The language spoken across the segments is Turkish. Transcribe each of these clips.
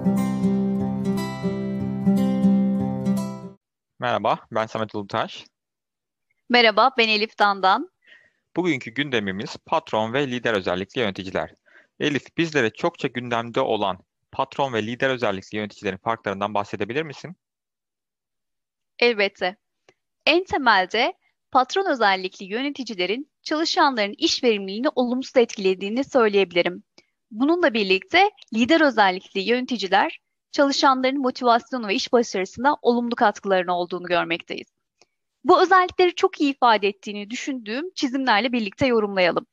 Merhaba, ben Samet Ulutaş. Merhaba, ben Elif Dandan. Bugünkü gündemimiz patron ve lider özellikli yöneticiler. Elif, bizlere çokça gündemde olan patron ve lider özellikli yöneticilerin farklarından bahsedebilir misin? Elbette. En temelde patron özellikli yöneticilerin çalışanların iş verimliliğini olumsuz etkilediğini söyleyebilirim. Bununla birlikte lider özellikli yöneticiler çalışanların motivasyonu ve iş başarısına olumlu katkılarının olduğunu görmekteyiz. Bu özellikleri çok iyi ifade ettiğini düşündüğüm çizimlerle birlikte yorumlayalım.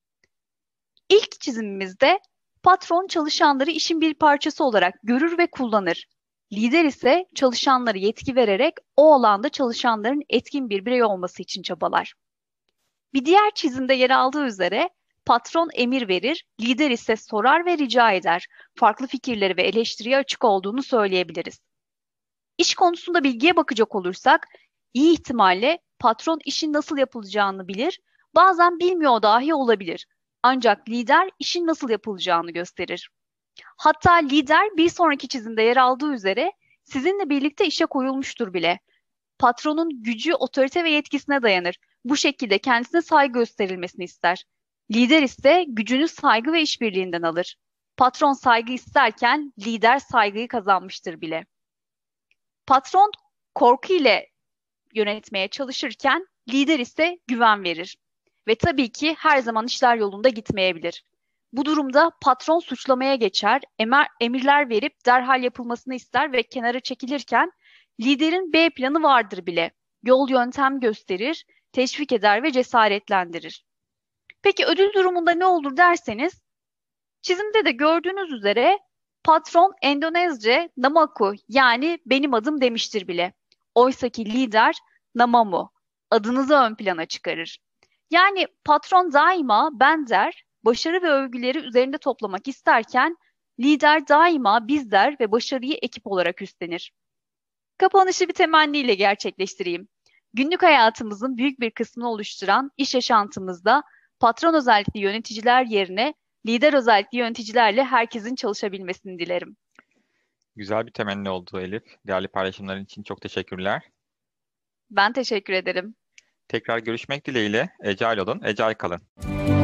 İlk çizimimizde patron çalışanları işin bir parçası olarak görür ve kullanır. Lider ise çalışanlara yetki vererek o alanda çalışanların etkin bir birey olması için çabalar. Bir diğer çizimde yer aldığı üzere patron emir verir, lider ise sorar ve rica eder. Farklı fikirleri ve eleştiriye açık olduğunu söyleyebiliriz. İş konusunda bilgiye bakacak olursak, iyi ihtimalle patron işin nasıl yapılacağını bilir, bazen bilmiyor dahi olabilir. Ancak lider işin nasıl yapılacağını gösterir. Hatta lider bir sonraki çizimde yer aldığı üzere sizinle birlikte işe koyulmuştur bile. Patronun gücü, otorite ve yetkisine dayanır. Bu şekilde kendisine saygı gösterilmesini ister. Lider ise gücünü saygı ve işbirliğinden alır. Patron saygı isterken lider saygıyı kazanmıştır bile. Patron korku ile yönetmeye çalışırken lider ise güven verir. Ve tabii ki her zaman işler yolunda gitmeyebilir. Bu durumda patron suçlamaya geçer, emirler verip derhal yapılmasını ister ve kenara çekilirken liderin B planı vardır bile. Yol yöntem gösterir, teşvik eder ve cesaretlendirir. Peki ödül durumunda ne olur derseniz, çizimde de gördüğünüz üzere patron Endonezce namaku yani benim adım demiştir bile. Oysaki lider namamu adınızı ön plana çıkarır. Yani patron daima ben der, başarı ve övgüleri üzerinde toplamak isterken lider daima biz der ve başarıyı ekip olarak üstlenir. Kapanışı bir temenniyle gerçekleştireyim. Günlük hayatımızın büyük bir kısmını oluşturan iş yaşantımızda patron özellikli yöneticiler yerine lider özellikli yöneticilerle herkesin çalışabilmesini dilerim. Güzel bir temenni oldu Elif. Değerli paylaşımların için çok teşekkürler. Ben teşekkür ederim. Tekrar görüşmek dileğiyle. Ecel olun, ecel kalın.